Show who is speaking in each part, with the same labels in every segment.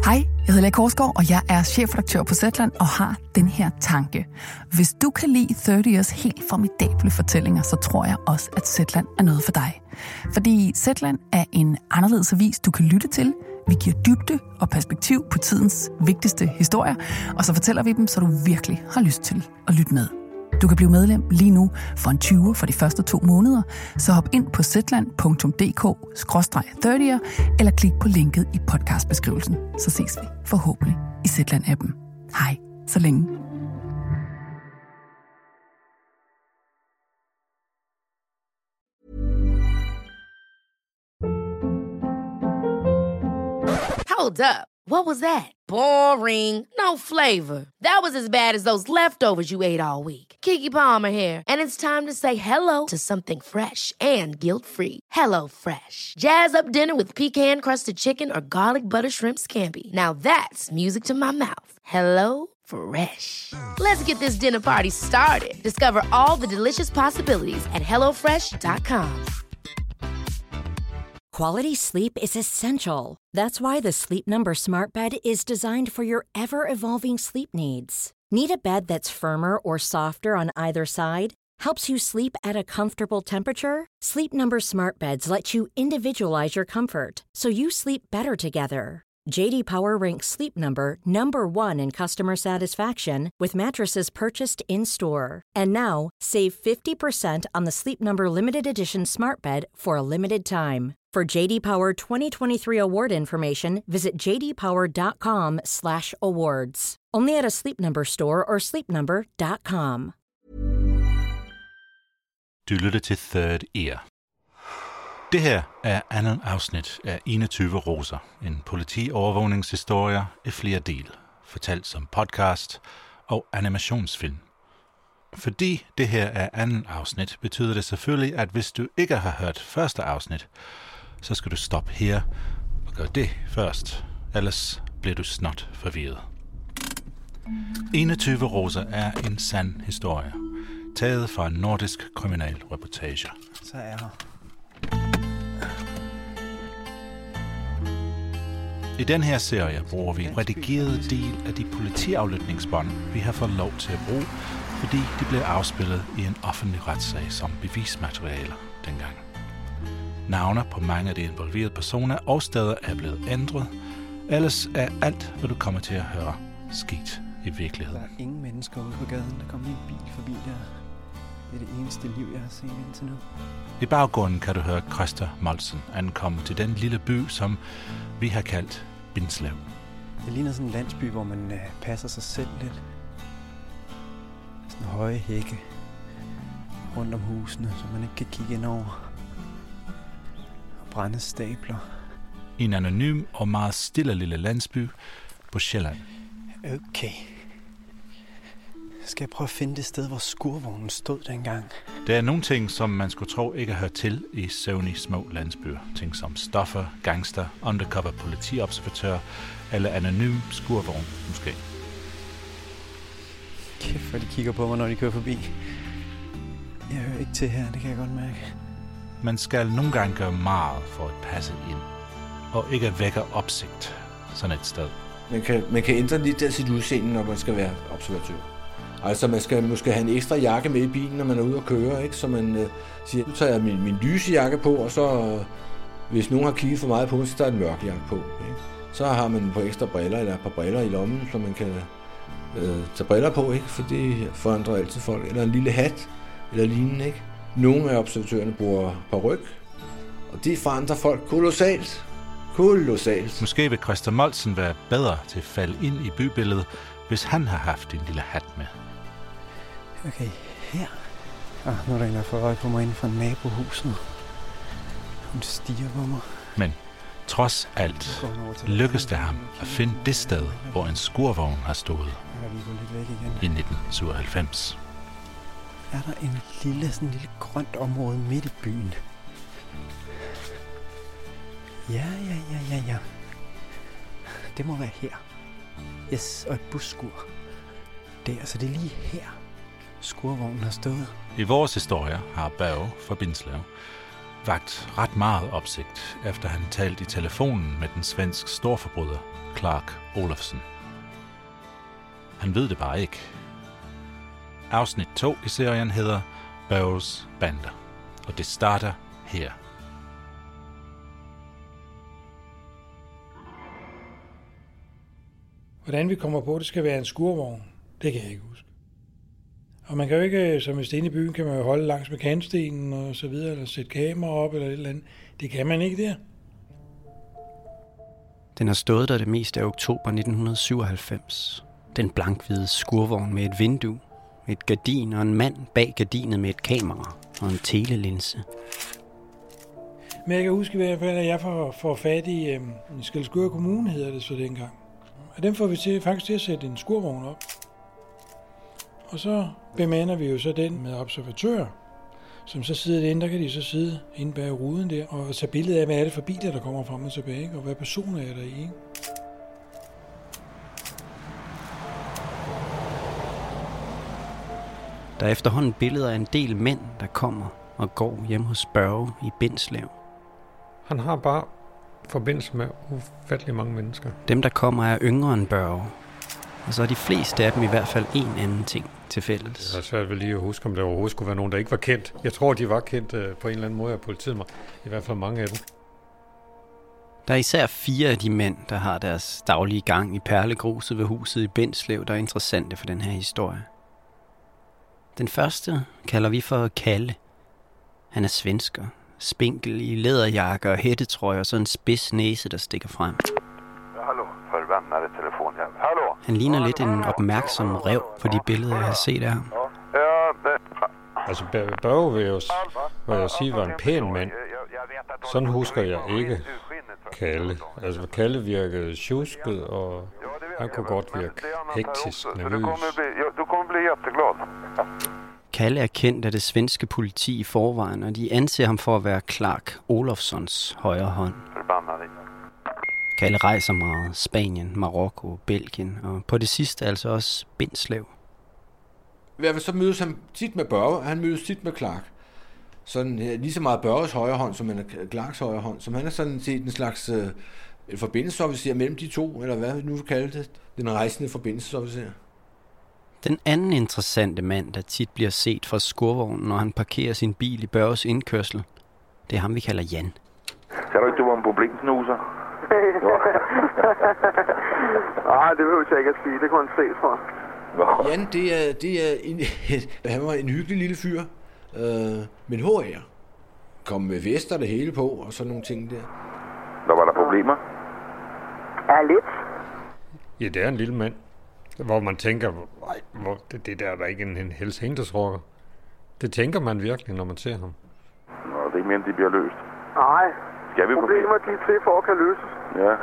Speaker 1: Hej, jeg hedder Lea Korsgaard, og jeg er chefredaktør på Zetland og har den her tanke. Hvis du kan lide 30 Years helt formidable fortællinger, så tror jeg også, at Zetland er noget for dig. Fordi Zetland er en anderledes avis, du kan lytte til. Vi giver dybde og perspektiv på tidens vigtigste historier, og så fortæller vi dem, så du virkelig har lyst til at lytte med. Du kan blive medlem lige nu for en 20 for de første 2 måneder, så hop ind på zetland.dk/30'er eller klik på linket i podcastbeskrivelsen. Så ses vi forhåbentlig i Zetland-appen. Hej, så længe.
Speaker 2: Hold up. What was that? Boring. No flavor. That was as bad as those leftovers you ate all week. Keke Palmer here, and it's time to say hello to something fresh and guilt-free. Hello Fresh. Jazz up dinner with pecan-crusted chicken or garlic butter shrimp scampi. Now that's music to my mouth. Hello Fresh. Let's get this dinner party started. Discover all the delicious possibilities at hellofresh.com.
Speaker 3: Quality sleep is essential. That's why the Sleep Number Smart Bed is designed for your ever-evolving sleep needs. Need a bed that's firmer or softer on either side? Helps you sleep at a comfortable temperature? Sleep Number Smart Beds let you individualize your comfort, so you sleep better together. J.D. Power ranks Sleep Number #1 in customer satisfaction with mattresses purchased in-store. And now, save 50% on the Sleep Number Limited Edition Smart Bed for a limited time. For J.D. Power 2023 award information, visit jdpower.com/awards. Only at a Sleep Number store or sleepnumber.com.
Speaker 4: Du lytter til Third Ear. Det her er andet afsnit af 21 roser, en politiovervågningshistorie i flere dele, fortalt som podcast og animationsfilm. Fordi det her er andet afsnit, betyder det selvfølgelig, at hvis du ikke har hørt første afsnit, så skal du stoppe her og gøre det først, ellers bliver du snot forvirret. 21 roser er en sand historie, taget fra en nordisk kriminalreportage.
Speaker 5: Så er her.
Speaker 4: I den her serie bruger vi en redigeret del af de politiaflytningsbånd, vi har fået lov til at bruge, fordi de blev afspillet i en offentlig retssag som bevismaterialer dengang. Navne på mange af de involverede personer og steder er blevet ændret, ellers er alt, hvad du kommer til at høre, sket i virkeligheden.
Speaker 5: Der er ingen mennesker ude på gaden, der kommer en bil forbi der. Det er det eneste liv, jeg har set indtil nu.
Speaker 4: I baggrunden kan du høre Christer Molsen ankomme til den lille by, som vi har kaldt Bindslev.
Speaker 5: Det ligner sådan en landsby, hvor man passer sig selv lidt. Sådan høje hække rundt om husene, så man ikke kan kigge ind over. Og brænde stabler.
Speaker 4: I en anonym og meget stille lille landsby på Sjælland.
Speaker 5: Okay. Skal jeg prøve at finde det sted, hvor skurvognen stod dengang?
Speaker 4: Der er nogle ting, som man skulle tro ikke hører til i søvnige små landsbyer. Ting som stoffer, gangster, undercover politiobservatør eller anonym skurvogn måske.
Speaker 5: Kæft, hvor de kigger på mig, når de kører forbi. Jeg hører ikke til her, det kan jeg godt mærke.
Speaker 4: Man skal nogle gange gøre meget for at passe ind, og ikke vække opsigt sådan et sted.
Speaker 6: Man kan ændre lidt af sit udseende, når man skal være observatør. Altså man skal måske have en ekstra jakke med i bilen, når man er ude at køre, ikke? Så man siger, nu tager jeg min lyse jakke på, og så hvis nogen har kigget for meget på, så tager jeg en mørk jakke på. Ikke? Så har man et par ekstra briller eller et par briller i lommen, så man kan tage briller på, ikke? For det forandrer altid folk. Eller en lille hat eller lignende, ikke? Nogle af observatørerne bruger paryk, og det forandrer folk kolossalt. Kolossalt.
Speaker 4: Måske vil Christer Molsen være bedre til at falde ind i bybilledet, hvis han har haft en lille hat med.
Speaker 5: Okay, her. Nu er der en, der får øje på mig inden for nabohuset. Hun stiger på mig.
Speaker 4: Men trods alt lykkedes det ham at finde det sted, hvor en skurvogn har stået i 1997.
Speaker 5: Er der en sådan lille grønt område midt i byen? Ja. Det må være her. Yes, og et busskur. Der, så det er lige her, skurvognen har stået.
Speaker 4: I vores historie har Børge fra Bindslev vagt ret meget opsigt, efter han talte i telefonen med den svensk storforbryder Clark Olofsson. Han ved det bare ikke. Afsnit 2 i serien hedder Børges Bander, og det starter her.
Speaker 7: Hvordan vi kommer på, det skal være en skurvogn, det kan jeg ikke huske. Og man kan jo ikke, som hvis det inde i byen, kan man jo holde langs med kantstenen og så videre, eller sætte kamera op eller et eller andet. Det kan man ikke der.
Speaker 5: Den har stået der det meste af oktober 1997. Den blankhvide skurvogn med et vindue, et gardin og en mand bag gardinet med et kamera og en telelinse.
Speaker 7: Men jeg kan huske i hvert fald, at jeg får fat i Skælskør Kommune, hedder det så dengang. Og dem får vi faktisk til at sætte en skurvogn op. Og så bemander vi jo så den med observatører, som så sidder derinde. Der kan de så sidde inde bag ruden der og tage billeder af, hvad er det for biler, der kommer frem og tilbage, og hvad personer er der i. Ikke?
Speaker 5: Der er efterhånden billeder af en del mænd, der kommer og går hjem hos Børge i Bindslev.
Speaker 8: Han har bare forbindelse med ufattelig mange mennesker.
Speaker 5: Dem, der kommer, er yngre end Børge. Og så er de fleste af dem i hvert fald en anden ting til fælles.
Speaker 8: Jeg er svært ved lige at huske, om der overhovedet skulle være nogen, der ikke var kendt. Jeg tror, de var kendt på en eller anden måde af politiet. I hvert fald mange af dem.
Speaker 5: Der er især 4 af de mænd, der har deres daglige gang i perlegruset ved huset i Bindslev, der er interessante for den her historie. Den første kalder vi for Kalle. Han er svensker, spinkel i læderjakke og hættetrøje og så en spids næse, der stikker frem.
Speaker 9: Hallo, forbandede telefon. Hallo.
Speaker 5: Han ligner lidt en opmærksom ræv på de billeder, jeg har set af ham.
Speaker 8: Altså, Børge vil jeg sige, var en pæn mand. Sådan husker jeg ikke Kalle. Altså, Kalle virkede tjusket, og han kunne godt virke hektisk, nervøs.
Speaker 9: Du kommer blive jätteglad.
Speaker 5: Kalle er kendt af det svenske politi i forvejen, og de anser ham for at være Clark Olofssons højre hånd. Kalle rejser meget. Spanien, Marokko, Belgien, og på det sidste altså også Bindslev.
Speaker 6: I hvert fald så mødes han tit med Børge, og han mødes tit med Clark. Sådan lige så meget Børges højre hånd, som han er Clarks højre hånd, som han er sådan set en slags forbindelsesofficer mellem de to, eller hvad vi nu vil kalde det, den rejsende forbindelsesofficer.
Speaker 5: Den anden interessante mand, der tit bliver set fra skurvognen, når han parkerer sin bil i Børges indkørsel, det er ham, vi kalder Jan.
Speaker 9: Ser du ikke, du var en problemsnuser?
Speaker 10: Nej, det vil jeg ikke at sige. Det kunne han se fra.
Speaker 6: Jan, han var en hyggelig lille fyr, men HR. Kom med vester det hele på, og sådan nogle ting der.
Speaker 9: Var der problemer?
Speaker 10: Ja, lidt.
Speaker 8: Ja, det er en lille mand, hvor man tænker, det der er da ikke en Hells Angels rocker. Det tænker man virkelig, når man ser ham.
Speaker 9: Nå, det er ikke mere, end de bliver løst.
Speaker 10: Nej.
Speaker 9: Skal vi
Speaker 10: problemer, de er til for at kan løses.
Speaker 9: Ja.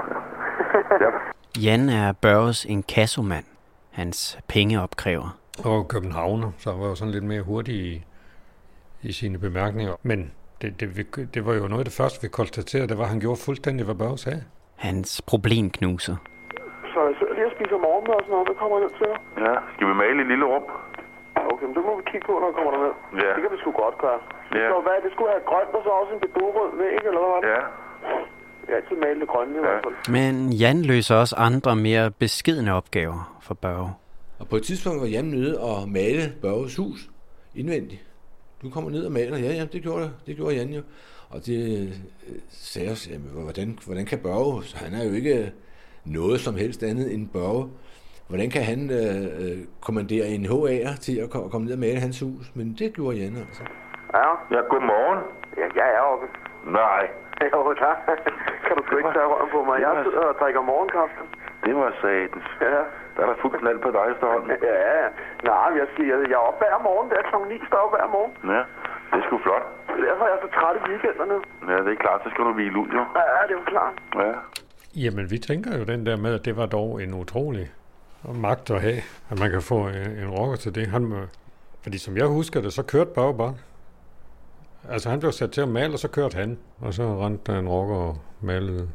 Speaker 9: Ja.
Speaker 5: Jan er Børges inkassomand, hans pengeopkræver.
Speaker 8: Og københavner, så var jo sådan lidt mere hurtig i sine bemærkninger. Men det var jo noget af det første, vi konstaterede, det var, at han gjorde fuldstændig, hvad Børge sagde.
Speaker 5: Hans problemknuser.
Speaker 10: Så jeg sidder lige og spiser morgenmad og sådan noget, der kommer ned til dig.
Speaker 9: Ja, skal vi male i lille rum?
Speaker 10: Okay, men det må vi kigge på, når vi kommer derned.
Speaker 9: Ja.
Speaker 10: Det kan vi sgu godt gøre.
Speaker 9: Ja.
Speaker 10: Så hvad, det skulle have grønt og så også en bedurrød væg, eller hvad var det?
Speaker 9: Ja.
Speaker 10: Jeg har altid malet det grønne i hvert fald.
Speaker 5: Men Jan løser også andre mere beskedne opgaver for Børge.
Speaker 6: Og på et tidspunkt var Jan nede og male Børges hus indvendigt. Du kommer ned og maler. Ja, det gjorde Jan jo. Og det sagde os, hvordan kan Børge, så han er jo ikke noget som helst andet end Børge. Hvordan kan han kommandere en HA'er til at komme ned og male hans hus? Men det gjorde Jan altså.
Speaker 10: Ja.
Speaker 9: Ja, godmorgen.
Speaker 10: Ja, jeg er oppe.
Speaker 9: Nej.
Speaker 10: Jo, tak. Kan du sgu ikke tage røven på mig? Jeg sidder og drikker morgenkaffe.
Speaker 9: Det var satans.
Speaker 10: Ja.
Speaker 9: Der er der fuldt knald på dig efterhånden.
Speaker 10: Ja. Nej, jeg er oppe hver morgen. Det er kl. 9, står op hver morgen.
Speaker 9: Ja, det er sgu flot.
Speaker 10: Derfor er jeg så træt i weekenderne.
Speaker 9: Ja, det er klart. Så skal du hvile ud, jo.
Speaker 10: Ja, det er jo klart.
Speaker 9: Ja.
Speaker 8: Jamen, vi tænker jo den der med, at det var dog en utrolig magt at have, at man kan få en rocker til det. Fordi som jeg husker det, så kørte Børge bare. Altså, han blev sat til at male, og så kørte han. Og så rendte der en rocker og malede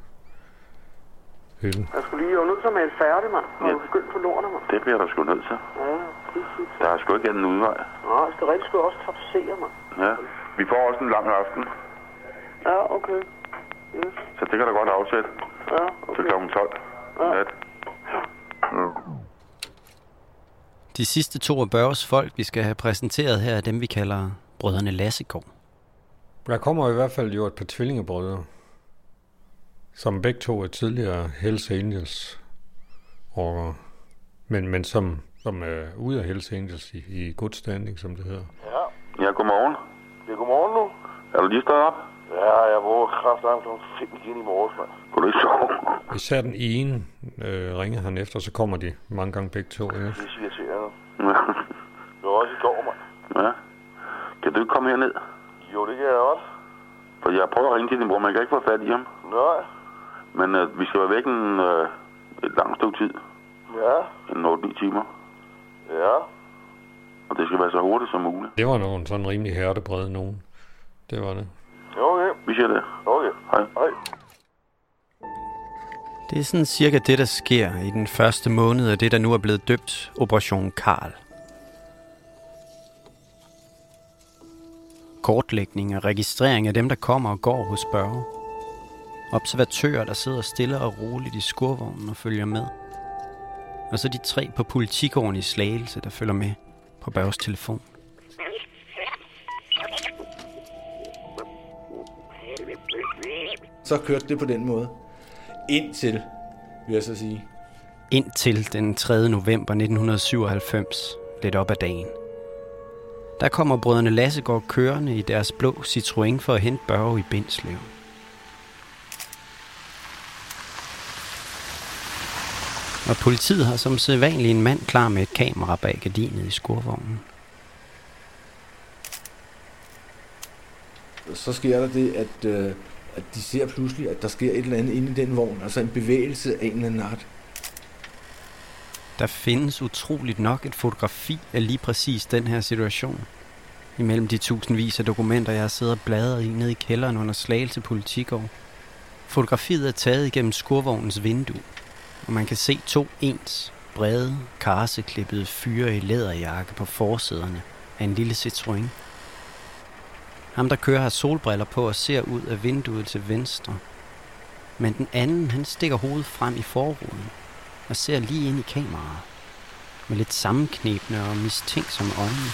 Speaker 8: hylden.
Speaker 10: Jeg skulle lige nødt til at male færdig, mand. Og du begyndt på lorene, mand.
Speaker 9: Det bliver der sgu nødt til.
Speaker 10: Ja, præcis.
Speaker 9: Der er sgu ikke anden udvej.
Speaker 10: Nå, hvis det er rigtigt, skulle jeg også tapsere, mand.
Speaker 9: Ja, vi får også en lang aften.
Speaker 10: Ja, okay. Yes.
Speaker 9: Så det kan da godt afsætte.
Speaker 10: Ja, okay.
Speaker 9: Til kl. 12.
Speaker 11: De sidste 2 af Børges folk, vi skal have præsenteret her, er dem, vi kalder brødrene Lassegård.
Speaker 8: Der kommer i hvert fald jo et par tvillingebrødre, som begge 2 er tidligere Hells Angels rockere, men som er ude af Hells Angels i good standing, som det hedder.
Speaker 9: Ja, godmorgen.
Speaker 10: Det er godmorgen nu.
Speaker 9: Er du lige stået op?
Speaker 10: Ja, jeg våger kraftigt kl. 5 igen i morges, mand.
Speaker 9: Kunne du ikke sove?
Speaker 8: Især den ene ringede han efter, så kommer de mange gange begge 2. Ja.
Speaker 10: Det er irriterende. Det var også i går, mand.
Speaker 9: Ja. Kan du ikke komme herned?
Speaker 10: Jo, det kan jeg også.
Speaker 9: For jeg prøver at ringe til din bror, men jeg kan ikke få fat i ham.
Speaker 10: Nej.
Speaker 9: Men vi skal være væk et langt stykke tid.
Speaker 10: Ja.
Speaker 9: En 8-9 timer.
Speaker 10: Ja.
Speaker 9: Og det skal være så hurtigt som muligt.
Speaker 8: Det var nogen sådan rimelig hærdebrede nogen. Det var det.
Speaker 10: Okay.
Speaker 9: Vi siger det.
Speaker 10: Okay.
Speaker 9: Hej.
Speaker 10: Hej.
Speaker 11: Det er sådan cirka det, der sker i den første måned af det, der nu er blevet døbt Operation Karl. Kortlægning og registrering af dem, der kommer og går hos Børge. Observatører, der sidder stille og roligt i skurvognen og følger med. Og så de 3 på politigården i Slagelse, der følger med på Børges telefon.
Speaker 6: Så kørte det på den måde. Indtil, vil jeg så sige.
Speaker 11: Indtil den 3. november 1997, lidt op ad dagen. Der kommer brødrene Lassegård kørende i deres blå Citroën for at hente Børge i Bindslev. Og politiet har som sædvanlig en mand klar med et kamera bag gardinet i skurvognen.
Speaker 6: Så sker der det, at de ser pludselig, at der sker et eller andet inde i den vogn. Altså en bevægelse af en eller anden art.
Speaker 11: Der findes utroligt nok et fotografi af lige præcis den her situation. Imellem de tusindvis af dokumenter, jeg har siddet og bladret i nede i kælderen under Slagelse Politigård. Fotografiet er taget igennem skurvognens vindue, og man kan se 2 ens, brede, karseklippede fyre i læderjakke på forsæderne af en lille Citroën. Ham, der kører, har solbriller på og ser ud af vinduet til venstre. Men den anden, han stikker hovedet frem i forruden og ser lige ind i kameraet med lidt sammenknebne og mistænksomme øjne.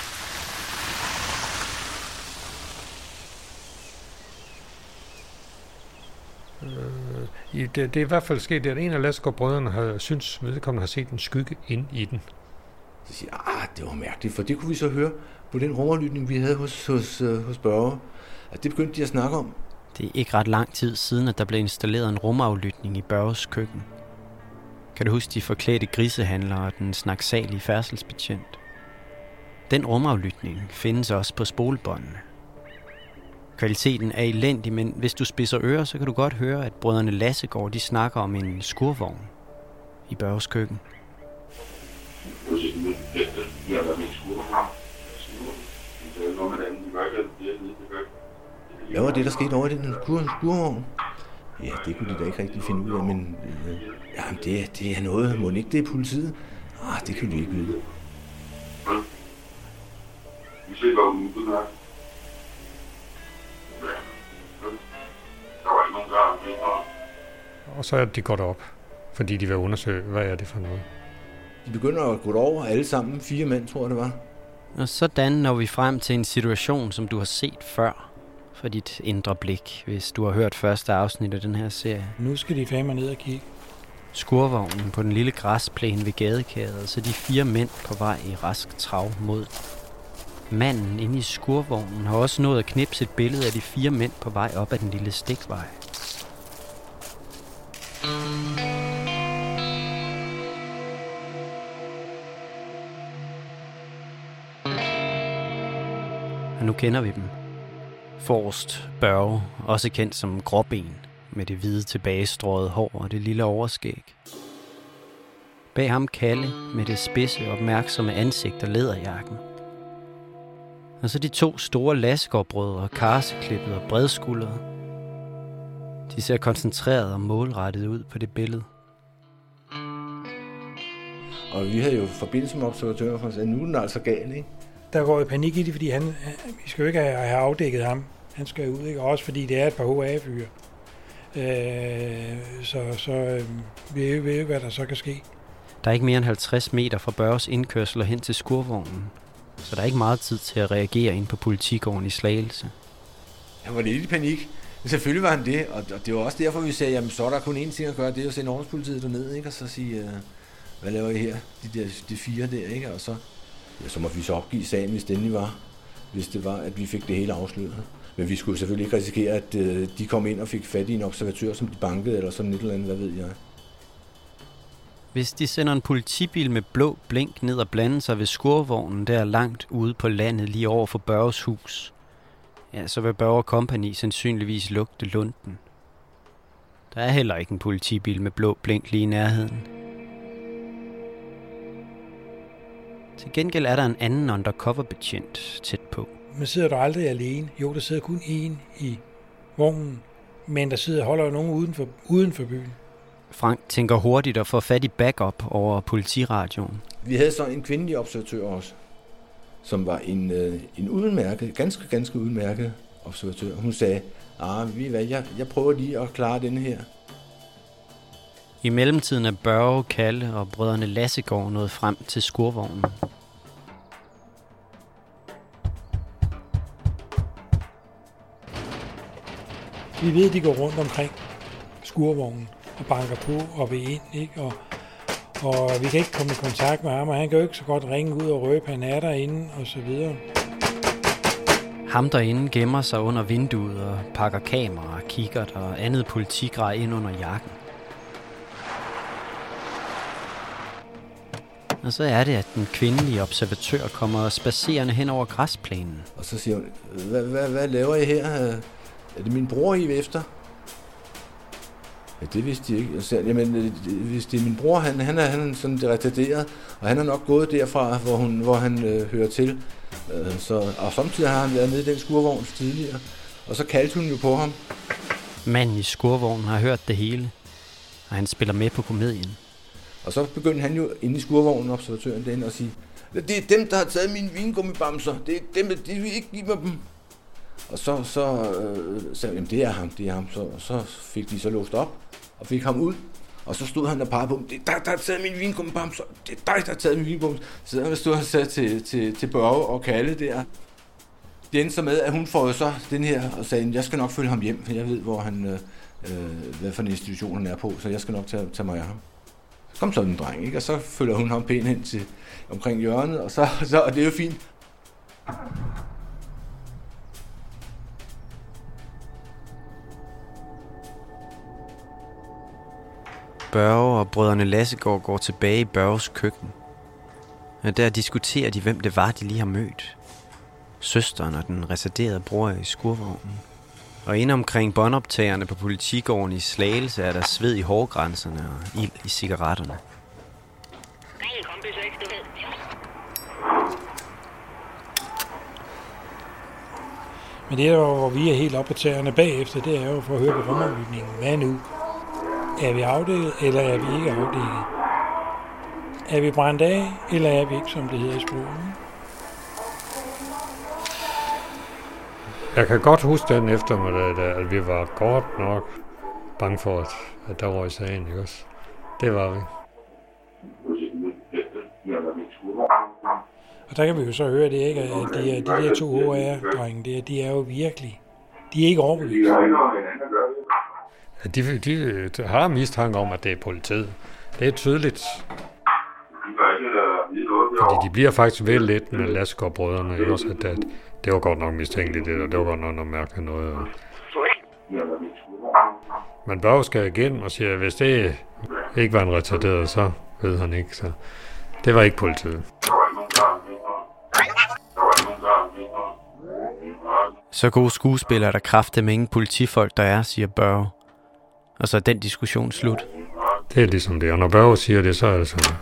Speaker 8: Det er i hvert fald sket, at en af Lassegård-brødrene har synes vedkommende har set en skygge ind i den.
Speaker 6: Så siger jeg, det var mærkeligt, for det kunne vi så høre på den rumaflytning, vi havde hos Børge. At det begyndte de at snakke om.
Speaker 11: Det er ikke ret lang tid siden, at der blev installeret en rumaflytning i Børges køkken. Kan du huske de forklædte grisehandlere og den snaksalige færdselsbetjent? Den rumaflytning findes også på spolebåndene. Kvaliteten er elendig, men hvis du spidser ører, så kan du godt høre, at brødrene Lassegård, de snakker om en skurvogn i Børges køkken.
Speaker 6: Hvad var det, der skete over i den skurvogn? Ja, det kunne de da ikke rigtig finde ud af, men jamen, det er noget. Må ikke det er politiet? Det kan vi ikke vide.
Speaker 9: Vi ser bare ude på den her. Der var ikke nogen, der
Speaker 8: og så er de gået op, fordi de vil undersøge, hvad er det for noget.
Speaker 6: De begynder at gå over alle sammen. 4 mænd, tror jeg det var.
Speaker 11: Og sådan når vi frem til en situation, som du har set før for dit indre blik, hvis du har hørt første afsnit af den her serie.
Speaker 7: Nu skal de fandme ned og kigge.
Speaker 11: Skurvognen på den lille græsplæne ved gadekæret, så de 4 mænd på vej i rask trav mod. Manden inde i skurvognen har også nået at knipse et billede af de 4 mænd på vej op ad den lille stikvej. Og nu kender vi dem. Forrest Børge, også kendt som Gråben, med det hvide tilbagestrøget hår og det lille overskæg. Bag ham Kalle med det spidse, opmærksomme ansigt og læderjakken. Og så de 2 store Lassegård-brødre, karseklippet og bredskuldrede. De ser koncentreret og målrettet ud på det billede.
Speaker 6: Og vi havde jo forbindelse med observatører for at sige, at nu er den altså gal, ikke?
Speaker 7: Der går jo panik i det, fordi vi skal jo ikke have afdækket ham. Han skal ud, ikke? Også fordi det er et par HA-fyre. Så vi ved ikke, hvad der så kan ske.
Speaker 11: Der er ikke mere end 50 meter fra Børges indkørsel og hen til skurvognen, så der er ikke meget tid til at reagere ind på politigården i Slagelse.
Speaker 6: Han var lidt i panik. Selvfølgelig var han det, og det var også derfor, vi sagde, jamen så er der kun én ting at gøre, det er at sende ordenspolitiet derned, ikke? Og så sige, hvad laver I her, de 4 der, ikke? Og så måtte vi så opgive sagen, hvis det var, at vi fik det hele afsløret. Men vi skulle selvfølgelig ikke risikere, at de kom ind og fik fat i en observatør, som de bankede, eller sådan et eller andet, hvad ved jeg.
Speaker 11: Hvis de sender en politibil med blå blink ned og blander sig ved skurvognen der langt ude på landet lige over for Børges hus, ja, så vil Børge Company sandsynligvis lugte lunden. Der er heller ikke en politibil med blå blink lige i nærheden. Til gengæld er der en anden undercover-betjent tæt på.
Speaker 7: Man sidder der aldrig alene. Jo, der sidder kun én i vognen, men der holder nogen uden for byen.
Speaker 11: Frank tænker hurtigt at få fat i backup over politiradioen.
Speaker 6: Vi havde så en kvindelig observatør også, som var en udmærket, ganske udmærket observatør. Hun sagde, jeg prøver lige at klare denne her.
Speaker 11: I mellemtiden er Børge, Kalle og brødrene Lassegård nået frem til skurvognen.
Speaker 7: Vi ved, at de går rundt omkring skurvognen og banker på og vil ind, ikke? Og vi kan ikke komme i kontakt med ham, og han kan jo ikke så godt ringe ud og røbe, han er derinde og så videre.
Speaker 11: Ham derinde gemmer sig under vinduet og pakker kamera, kikkert og andet politigrej ind under jakken. Og så er det, at den kvindelige observatør kommer spacerende hen over græsplænen.
Speaker 6: Og så siger hun, hvad laver I her? Er det min bror, I er efter? Ja, det vidste de ikke. Jeg sagde, jamen, hvis det er min bror, han er sådan retarderet, og han er nok gået derfra, hvor han hører til. Og samtidig har han været nede i den skurvogn tidligere, og så kaldte hun jo på ham.
Speaker 11: Manden i skurvognen har hørt det hele, og han spiller med på komedien.
Speaker 6: Og så begyndte han jo inde i skurvognen, observatøren derinde, og sige, det er dem, der har taget mine vingummibamser. Det er dem, de vil ikke give mig dem. Og så sagde jeg, det er ham. Så fik de så låst op og fik ham ud. Og så stod han og pegede på dem. Det er dig, der har taget min vingummibamser. Det er dig, der har taget min vingummibamser. Så han stod og sagde til Børge og Kalle der. Det endte så med, at hun får så den her og sagde, jeg skal nok følge ham hjem, for jeg ved, hvor han, hvad for en institution han er på, så jeg skal nok tage mig af ham. Så kom så en dreng, ikke? Og så følger hun ham pænt hen til omkring hjørnet, og og det er jo fint.
Speaker 11: Børge og brødrene Lassegård går tilbage i Børges køkken. Og der diskuterer de, hvem det var, de lige har mødt. Søsteren og den retarderede bror i skurvognen. Og inde omkring båndoptagerne på politigården i Slagelse er der sved i hårgrænserne og ild i cigaretterne.
Speaker 7: Men det, hvor vi er helt oppe på tæerne bagefter, det er jo for at høre på rumaflytningen. Hvad nu? Er vi afdækket, eller er vi ikke afdækket? Er vi brændt af, eller er vi ikke, som det hedder i sproget?
Speaker 8: Jeg kan godt huske den eftermiddag, at vi var godt nok bange for, at der røg sagen, ikke også? Det var vi.
Speaker 7: Og der kan vi jo så høre det, ikke? At de der 2 HR-drenge, de er jo virkelig, de er ikke overbevist.
Speaker 8: De har mistanke om, at det er politiet. Det er tydeligt. Fordi de bliver faktisk ved lidt med Lassegård-brødrene. Også at det var godt nok mistænkeligt, og det var godt nok noget mærkeligt noget. Men Børge skal igen og siger, at hvis det ikke var en retarderet, så ved han ikke. Så det var ikke politiet.
Speaker 11: Så gode skuespillere, der kræfter med ingen politifolk, der er, siger Børge. Og så er den diskussion slut.
Speaker 8: Det er ligesom det, og når Børge siger det, så er det sådan.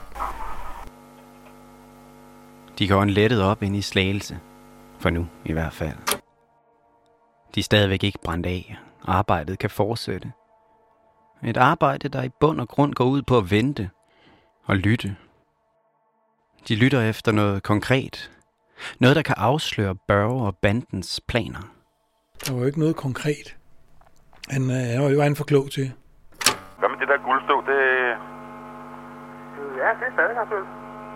Speaker 11: De går en lettet op ind i Slagelse. For nu i hvert fald. De er stadigvæk ikke brændt af. Arbejdet kan fortsætte. Et arbejde, der i bund og grund går ud på at vente og lytte. De lytter efter noget konkret. Noget, der kan afsløre Børge og bandens planer.
Speaker 7: Der var jo ikke noget konkret. Han var jo for klog til.
Speaker 9: Hvad med det der guldstøv,
Speaker 10: Ja, det er stadig aktuelt.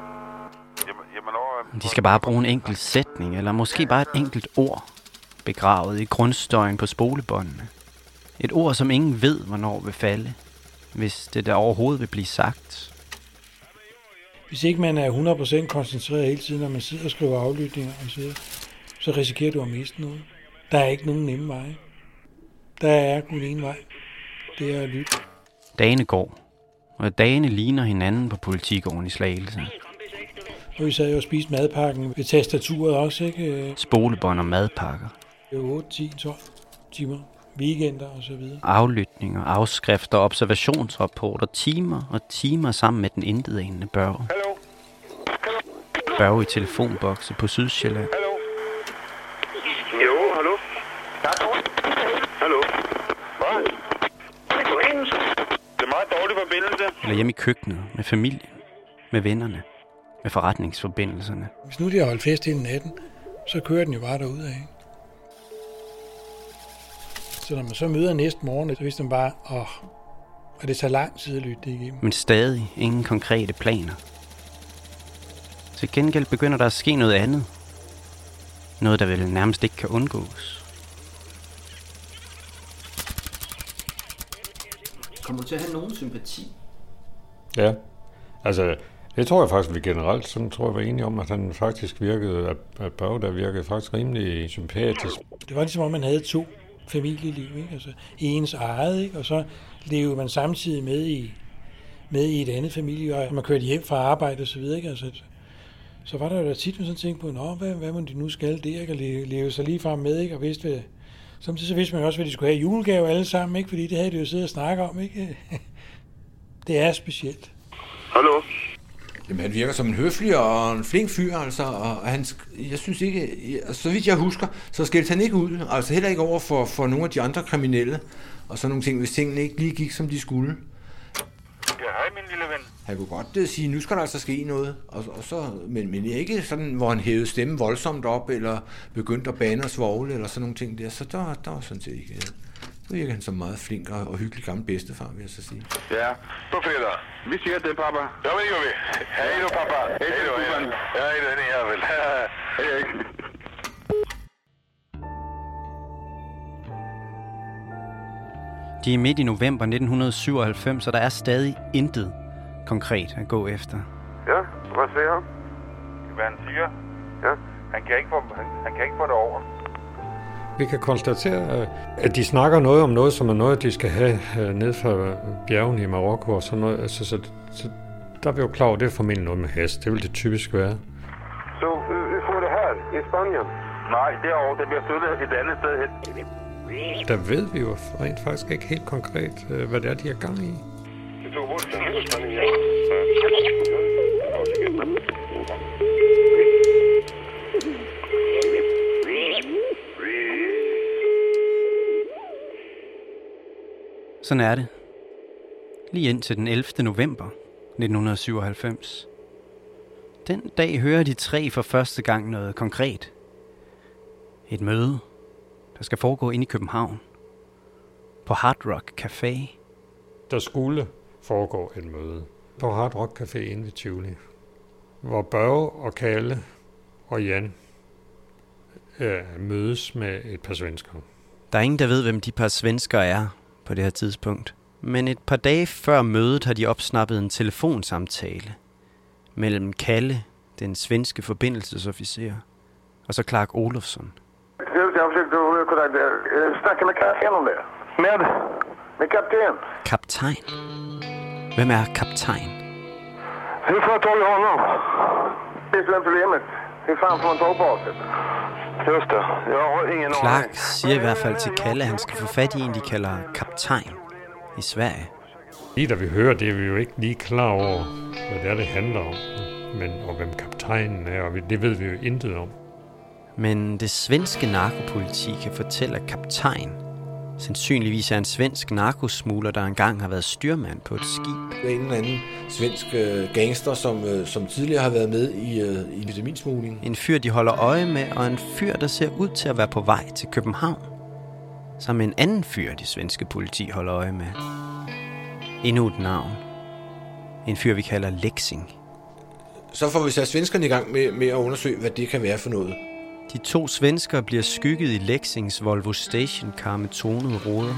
Speaker 11: De skal bare bruge en enkelt sætning, eller måske bare et enkelt ord, begravet i grundstøjen på spolebåndene. Et ord, som ingen ved, hvornår vil falde, hvis det der overhovedet vil blive sagt.
Speaker 7: Hvis ikke man er 100% koncentreret hele tiden, når man sidder og skriver aflytninger og så risikerer du at miste noget. Der er ikke nogen nemme veje. Der er kun en vej. Det er at lytte.
Speaker 11: Dagene går, og dagene ligner hinanden på Politigården i Slagelse.
Speaker 7: Og vi sad jo og spiste madpakken ved tastaturet også, ikke?
Speaker 11: Spolebånd og madpakker.
Speaker 7: Det er 8, 10, 12 timer, weekender og så videre.
Speaker 11: Aflytninger, afskrifter, observationsrapporter, timer og timer sammen med den intetanende Børge.
Speaker 9: Hallo?
Speaker 11: Børge i telefonbokse på Sydsjælland.
Speaker 9: Hallo? Jo, hallo? Hallo? Hvad? Det er meget dårlig forbindelse.
Speaker 11: Eller hjemme i køkkenet, med familien, med vennerne, med forretningsforbindelserne.
Speaker 7: Hvis nu de har holdt fest hele natten, så kører den jo bare derudad. Så når man så møder næste morgen, så vidste man bare, og det tager lang tid at lytte det igennem.
Speaker 11: Men stadig ingen konkrete planer. Til gengæld begynder der at ske noget andet. Noget, der vel nærmest ikke kan undgås.
Speaker 12: Kommer du til at have nogen sympati?
Speaker 8: Ja, altså det tror jeg faktisk, vi generelt sådan tror jeg var enige om, at han faktisk virkede, at Børge der virkede faktisk rimelig sympatisk.
Speaker 7: Det var ligesom om, man havde 2 familieliv, ikke? Altså ens eget, ikke? Og så levede man samtidig med i et andet familie, og man kørte hjem fra arbejde og så videre, ikke? Altså, så var der jo tit, man sådan tænkte på, hvad må de nu skal det, ikke? Og leve sig lige frem med, ikke? Og samtidig så vidste man også, hvad de skulle have julegave alle sammen, ikke? Fordi det havde de jo siddet og snakket om, ikke? Det er specielt.
Speaker 9: Hallo?
Speaker 6: Jamen, han virker som en høflig og en flink fyr, altså, og jeg synes ikke, så vidt jeg husker, så skældte han ikke ud, altså heller ikke over for nogle af de andre kriminelle, og sådan nogle ting, hvis tingene ikke lige gik, som de skulle.
Speaker 9: Ja, hej, min lille ven.
Speaker 6: Han kunne godt sige, nu skal der altså ske noget, og så, men ikke sådan, hvor han hævede stemmen voldsomt op, eller begyndte at bane og svogle, eller sådan nogle ting der, så der var sådan set ikke. Så virker han som meget flink og hyggelig gammel bedstefar, vil jeg så sige.
Speaker 9: Ja, på fredag. Vi siger det, pappa. Ja, det gør vi. Hej du, pappa. Hej du, hej. Ja, det er jeg vel. Hej.
Speaker 11: De er midt i november 1997, så der er stadig intet konkret at gå efter.
Speaker 10: Ja, hvad siger han?
Speaker 9: Hvad han siger?
Speaker 10: Ja.
Speaker 9: Han kan ikke få det over.
Speaker 8: Vi kan konstatere, at de snakker noget om noget, som er noget, de skal have ned fra bjergene i Marokko og sådan noget. Altså, så der er vi jo klar over, det er formentlig noget med hest. Det vil det typisk være.
Speaker 10: Så vi får det her i Spanien?
Speaker 9: Nej, derovre. Det bliver støttet et andet sted hen.
Speaker 8: Der ved vi jo rent faktisk ikke helt konkret, hvad det er, de er gang i.
Speaker 10: Det tog hurtigt til Spanien, ja.
Speaker 11: Sådan er det. Lige indtil den 11. november 1997. Den dag hører de 3 for første gang noget konkret. Et møde, der skal foregå inde i København. På Hard Rock Café.
Speaker 8: Der skulle foregå et møde på Hard Rock Café inde ved Tivoli, hvor Børge og Kalle og Jan mødes med et par svenskere.
Speaker 11: Der er ingen, der ved, hvem de par svenskere er på det her tidspunkt. Men et par dage før mødet har de opsnappet en telefonsamtale mellem Kalle, den svenske forbindelsesofficer, og så Clark Olofsson.
Speaker 10: Jag försökte snacka med kapten om det. Med kapten.
Speaker 11: Kaptajn? Hvem er kaptajn?
Speaker 10: Hur får jag tag i honom? Det är problemet. Hur fan får man tag på oss? Just det. Jag har ingen aning.
Speaker 11: Clark siger i hvert fald til Kalle, at han skal få fat i en, de kalder kaptajn i Sverige.
Speaker 8: Lige da vi hører det, er vi jo ikke lige klar over, hvad det handler om. Og hvem kaptajnen er, og det ved vi jo intet om.
Speaker 11: Men det svenske narkopoliti kan fortælle, at kaptajn sandsynligvis er en svensk narkosmugler, der engang har været styrmand på et skib.
Speaker 6: Det er en eller anden svensk gangster, som tidligere har været med i vitaminsmugling.
Speaker 11: En fyr, de holder øje med, og en fyr, der ser ud til at være på vej til København. Som en anden fyr, det svenske politi holder øje med. Endnu et navn. En fyr, vi kalder Lexing.
Speaker 6: Så får vi sat svenskerne i gang med at undersøge, hvad det kan være for noget.
Speaker 11: De 2 svenskere bliver skygget i Lexings Volvo stationcar med tonede ruder.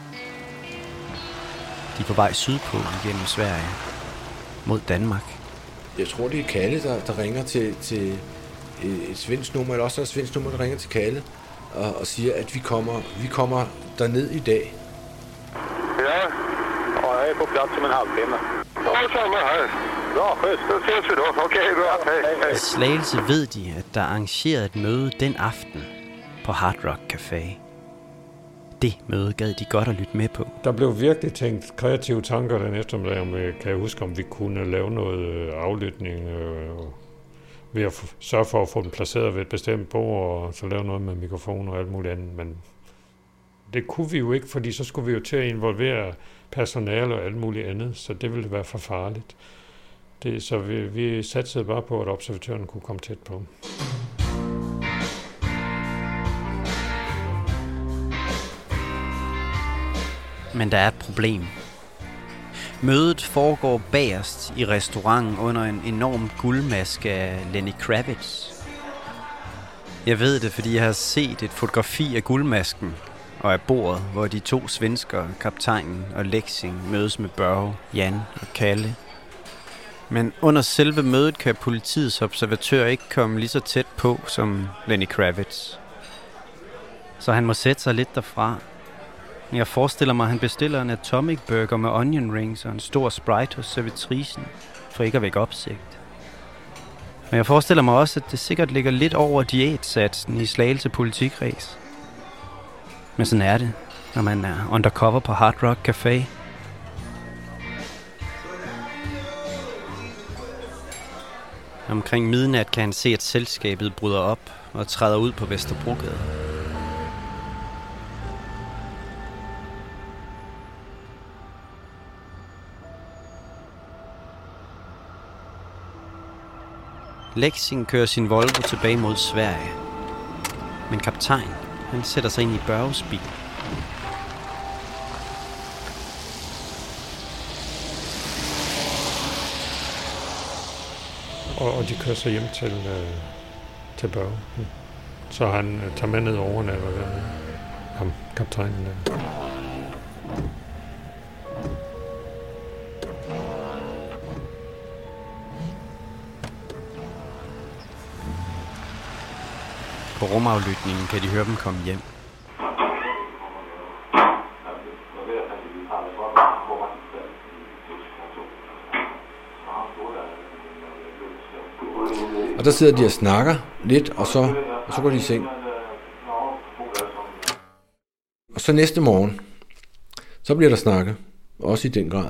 Speaker 11: De er på vej sydpå igennem Sverige mod Danmark.
Speaker 6: Jeg tror, det er Kalle, der ringer til et svensk nummer, eller også et svensk nummer, der ringer til Kalle og siger, at vi kommer derned i dag.
Speaker 10: Ja, og jeg er på plads om en halvtimme. Ja, samma her. Bra, schysst. Då ses vi då. Okej, bra. Hej.
Speaker 11: I Slagelse ved de, at der er arrangeret et møde den aften på Hard Rock Café. Det møde gad de godt at lytte med på.
Speaker 8: Der blev virkelig tænkt kreative tanker den eftermiddag, kan jeg huske, om vi kunne lave noget aflytning ved at sørge for at få den placeret ved et bestemt bord, og så lave noget med mikrofon og alt muligt andet. Men det kunne vi jo ikke, fordi så skulle vi jo til at involvere personale og alt muligt andet, så det ville være for farligt. Så vi satsede bare på, at observatøren kunne komme tæt på.
Speaker 11: Men der er et problem. Mødet foregår bagerst i restauranten under en enorm guldmaske af Lenny Kravitz. Jeg ved det, fordi jeg har set et fotografi af guldmasken og af bordet, hvor de 2 svenskere, kaptajnen og Lexing, mødes med Børge, Jan og Kalle. Men under selve mødet kan politiets observatør ikke komme lige så tæt på som Lenny Kravitz. Så han må sætte sig lidt derfra. Jeg forestiller mig, at han bestiller en atomic burger med onion rings og en stor Sprite hos servitricen, for ikke at vække opsigt. Men jeg forestiller mig også, at det sikkert ligger lidt over diætsatsen i Slagelse politikreds. Men sådan er det, når man er undercover på Hard Rock Café. Omkring midnat kan han se, at selskabet bryder op og træder ud på Vesterbrogade. Lexing kører sin Volvo tilbage mod Sverige. Men kaptajn, han sætter sig ind i Børges bil.
Speaker 8: Og de kører så hjem til Børge. Så han tager med ned over natten der. Ham, kaptajnen der.
Speaker 11: På rumaflytningen kan de høre dem komme hjem.
Speaker 6: Og der sidder de og snakker lidt, og så går de i seng. Og så næste morgen, så bliver der snakket, også i den grad.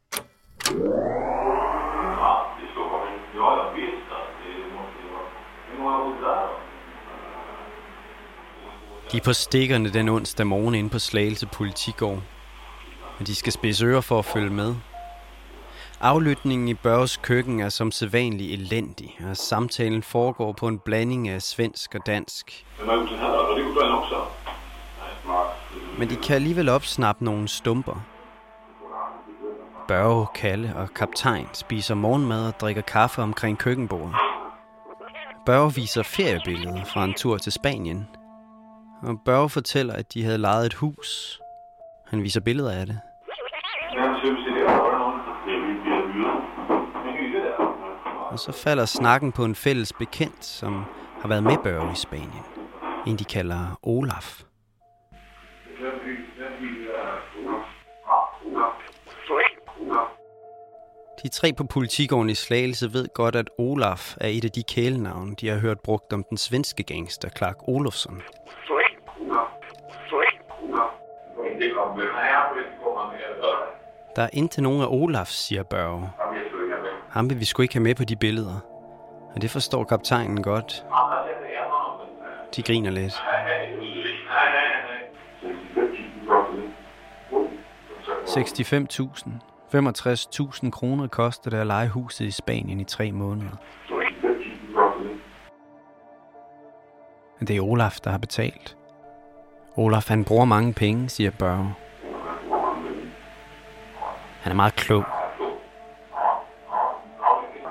Speaker 11: De er på stikkerne den onsdag morgen inde på Slagelse Politigård, og de skal spidse ører for at følge med. Aflytningen i Børges køkken er som sædvanlig elendig, og samtalen foregår på en blanding af svensk og dansk. Men de kan alligevel opsnappe nogle stumper. Børge, Kalle og kaptajn spiser morgenmad og drikker kaffe omkring køkkenbordet. Børge viser feriebilleder fra en tur til Spanien. Og Børge fortæller, at de havde lejet et hus. Han viser billeder af det. Og så falder snakken på en fælles bekendt, som har været med Børge i Spanien. En de kalder Olaf. De 3 på politigården i Slagelse ved godt, at Olaf er et af de kælenavne, de har hørt brugt om den svenske gangster Clark Olofsson. Der er indtil nogen af Olafs, siger Børge. Ham vil vi sgu ikke have med på de billeder. Og det forstår kaptajnen godt. De griner lidt. 65.000. 65.000 kroner koster det at leje huset i Spanien i 3 måneder. Men det er Olaf, der har betalt. Olaf, han bruger mange penge, siger Børge. Han er meget klog.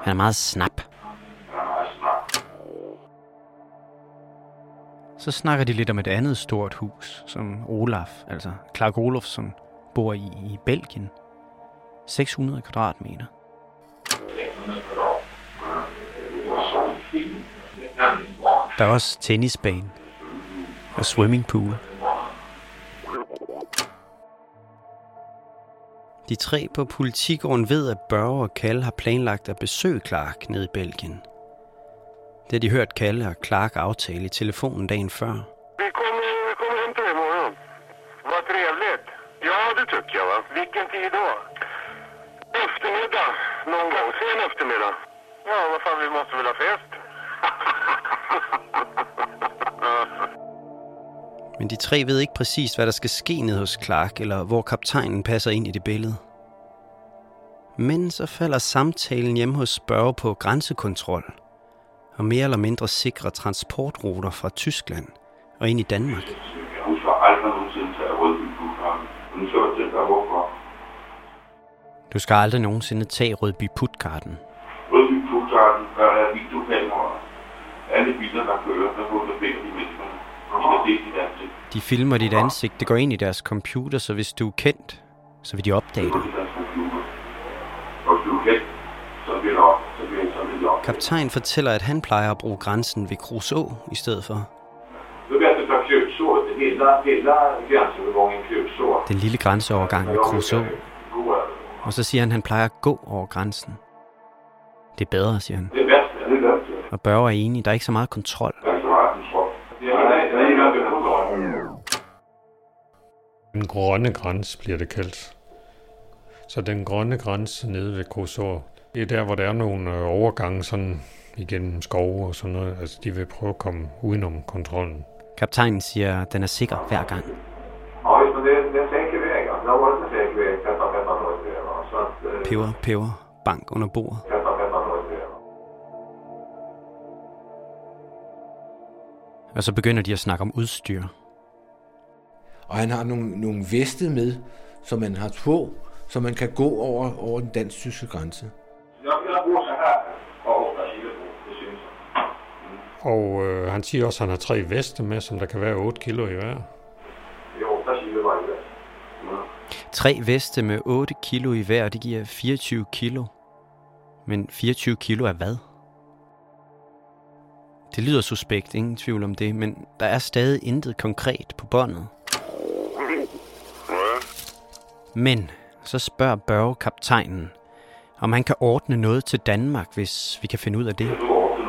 Speaker 11: Han er meget snap. Så snakker de lidt om et andet stort hus, som Olaf, altså Clark Olofsson, bor i Belgien. 600 kvadratmeter. Der er også tennisbane og swimmingpool. De 3 på politigården ved, at Børge og Kalle har planlagt at besøge Clark nede i Belgien. Det har de hørt Kalle og Clark aftale i telefonen dagen før.
Speaker 10: Vi kommer hem till dig imorgon. Vad trevligt. Ja, det tycker jag, va? Vilken tid då? Eftermiddag. Någon gång. Sen eftermiddag. Ja, vad fan, vi måste väl ha fest?
Speaker 11: Men de 3 ved ikke præcis, hvad der skal ske ned hos Clark, eller hvor kaptajnen passer ind i det billede. Men så falder samtalen hjemme hos Børge på grænsekontrol og mere eller mindre sikre transportruter fra Tyskland og ind i Danmark.
Speaker 13: Jeg husker aldrig nogensinde tage Rødby-Puttgarden. Nu så jeg tænke, hvorfor.
Speaker 11: Du skal aldrig nogensinde tage Rødby-Puttgarden.
Speaker 13: Rødby-Puttgarden, der er videokameraer. Alle biler, der kører, der fotograferer de mennesker. De kan se dit ansigt.
Speaker 11: De filmer dit ansigt, det går ind i deres computer, så hvis du er kendt, så vil de opdage det. Kaptajn fortæller, at han plejer at bruge grænsen ved Kruså i stedet for. Den lille grænseovergang ved Kruså. Og så siger han, at han plejer at gå over grænsen. Det er bedre, siger han. Og Børge er enig, der er ikke så meget kontrol.
Speaker 8: Den grønne grænse bliver det kaldt. Så den grønne grænse nede ved Kruså, det er der, hvor der er nogle overgange sådan igennem skove og sådan noget. Altså, de vil prøve at komme udenom kontrollen.
Speaker 11: Kaptajnen siger, at den er sikker hver gang. Peber, bank under bordet. Og så begynder de at snakke om udstyr.
Speaker 6: Og han har nogle veste med, som man har på, så man kan gå over den dansk-tyske grænse.
Speaker 8: Og han siger også, at han har 3 veste med, som der kan være 8 kilo i hver.
Speaker 11: 3 veste med 8 kilo i hver, det giver 24 kilo. Men 24 kilo er hvad? Det lyder suspekt, ingen tvivl om det, men der er stadig intet konkret på båndet. Men så spørger Børge kaptajnen, om han kan ordne noget til Danmark, hvis vi kan finde ud af det.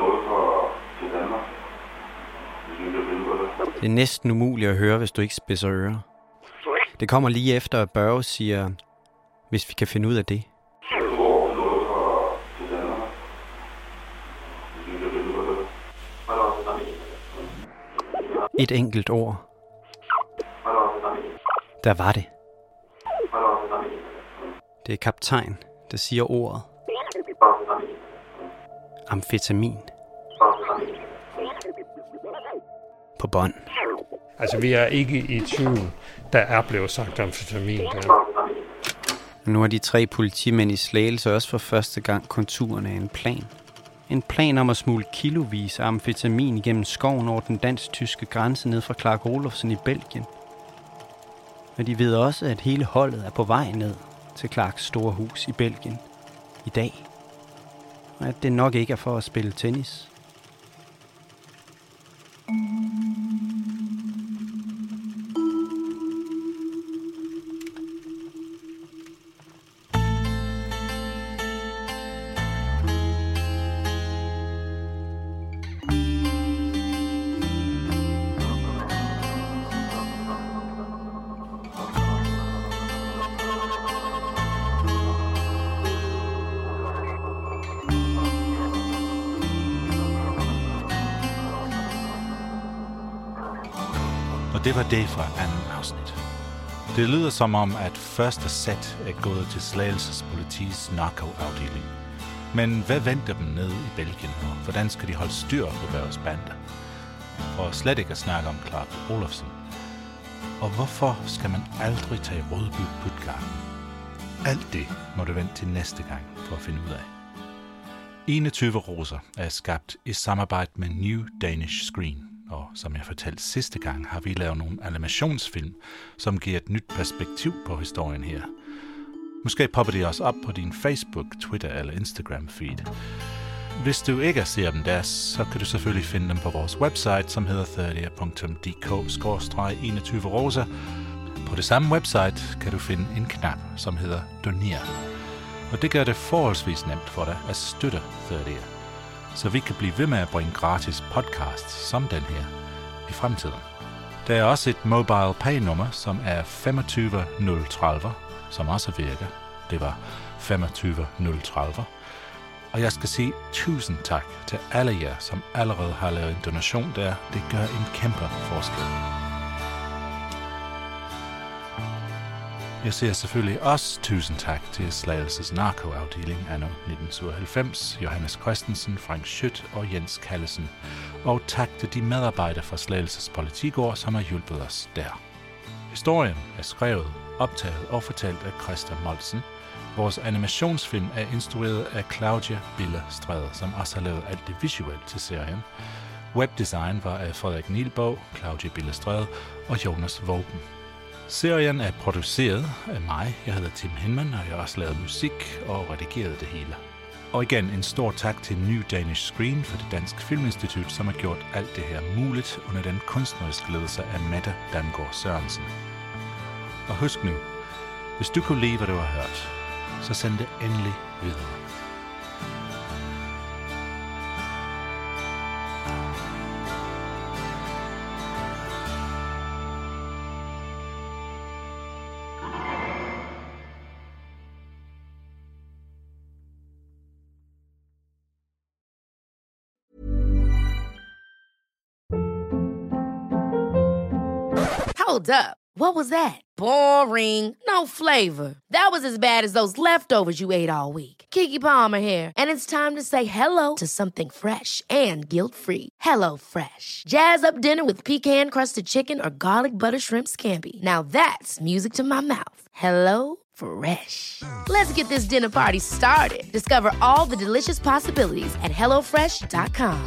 Speaker 11: Det er næsten umuligt at høre, hvis du ikke spidser ører. Det kommer lige efter, at Børge siger, hvis vi kan finde ud af det. Et enkelt ord. Der var det. Det er kaptajn, der siger ordet. Amfetamin. På bånd.
Speaker 8: Altså, vi er ikke i tvivl. Der er blevet sagt amfetamin der.
Speaker 11: Nu har de 3 politimænd i Slagelse også for første gang konturerne af en plan. En plan om at smule kilovis af amfetamin igennem skoven over den dansk-tyske grænse ned fra Clark Olofsson i Belgien. Og de ved også, at hele holdet er på vej ned til Clarks store hus i Belgien i dag. Og at det nok ikke er for at spille tennis.
Speaker 4: Og det var det fra anden afsnit. Det lyder som om, at første sæt er gået til Slagelses politis narkoafdeling. Men hvad venter dem nede i Belgien, og hvordan skal de holde styr på Børges bande? For slet ikke at snakke om Clark Olofsson. Og hvorfor skal man aldrig tage Rødby-Puttgarden? Alt det må du vente til næste gang for at finde ud af. 21 roser er skabt i samarbejde med New Danish Screen, og som jeg fortalte sidste gang, har vi lavet nogle animationsfilm, som giver et nyt perspektiv på historien her. Måske popper de også op på din Facebook, Twitter eller Instagram feed. Hvis du ikke ser dem der, så kan du selvfølgelig finde dem på vores website, som hedder 30er.dk/21rosa. På det samme website kan du finde en knap, som hedder Doner. Og det gør det forholdsvis nemt for dig at støtte 30'er, så vi kan blive ved med at bringe gratis podcasts som den her i fremtiden. Der er også et mobile pay-nummer, som er 25030, som også virker. Det var 25030. Og jeg skal sige tusind tak til alle jer, som allerede har lavet en donation der. Det gør en kæmpe forskel. Jeg siger selvfølgelig også tusind tak til Slagelses narkoafdeling anno 1997, Johannes Christensen, Frank Schødt og Jens Kallesen. Og tak til de medarbejdere fra Slagelses Politigård, som har hjulpet os der. Historien er skrevet, optaget og fortalt af Christa Molsen. Vores animationsfilm er instrueret af Claudia Bille Stræde, som også har lavet alt det visuelle til serien. Webdesign var af Frederik Nielborg, Claudia Bille Stræde og Jonas Våben. Serien er produceret af mig. Jeg hedder Tim Hinman, og jeg har også lavet musik og redigeret det hele. Og igen en stor tak til New Danish Screen for det Danske Filminstitut, som har gjort alt det her muligt under den kunstneriske ledelse af Mette Damgaard Sørensen. Og husk nu, hvis du kunne lide, hvad du har hørt, så send det endelig videre.
Speaker 2: Hold up. What was that? Boring. No flavor. That was as bad as those leftovers you ate all week. Keke Palmer here, and it's time to say hello to something fresh and guilt-free. Hello Fresh. Jazz up dinner with pecan-crusted chicken or garlic butter shrimp scampi. Now that's music to my mouth. Hello Fresh. Let's get this dinner party started. Discover all the delicious possibilities at hellofresh.com.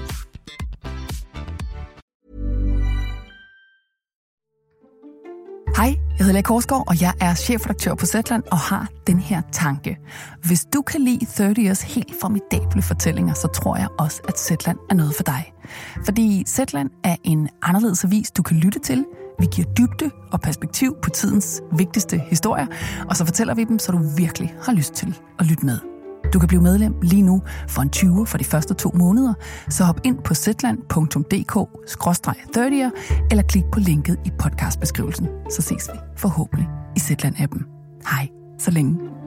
Speaker 1: Hej, jeg hedder Lea Korsgaard, og jeg er chefredaktør på Zetland og har den her tanke. Hvis du kan lide 30'ers helt formidable fortællinger, så tror jeg også, at Zetland er noget for dig. Fordi Zetland er en anderledes avis, du kan lytte til. Vi giver dybde og perspektiv på tidens vigtigste historier, og så fortæller vi dem, så du virkelig har lyst til at lytte med. Du kan blive medlem lige nu for en 20 for de første 2 måneder, så hop ind på zetland.dk/30'er eller klik på linket i podcastbeskrivelsen. Så ses vi forhåbentlig i Zetland-appen. Hej, så længe.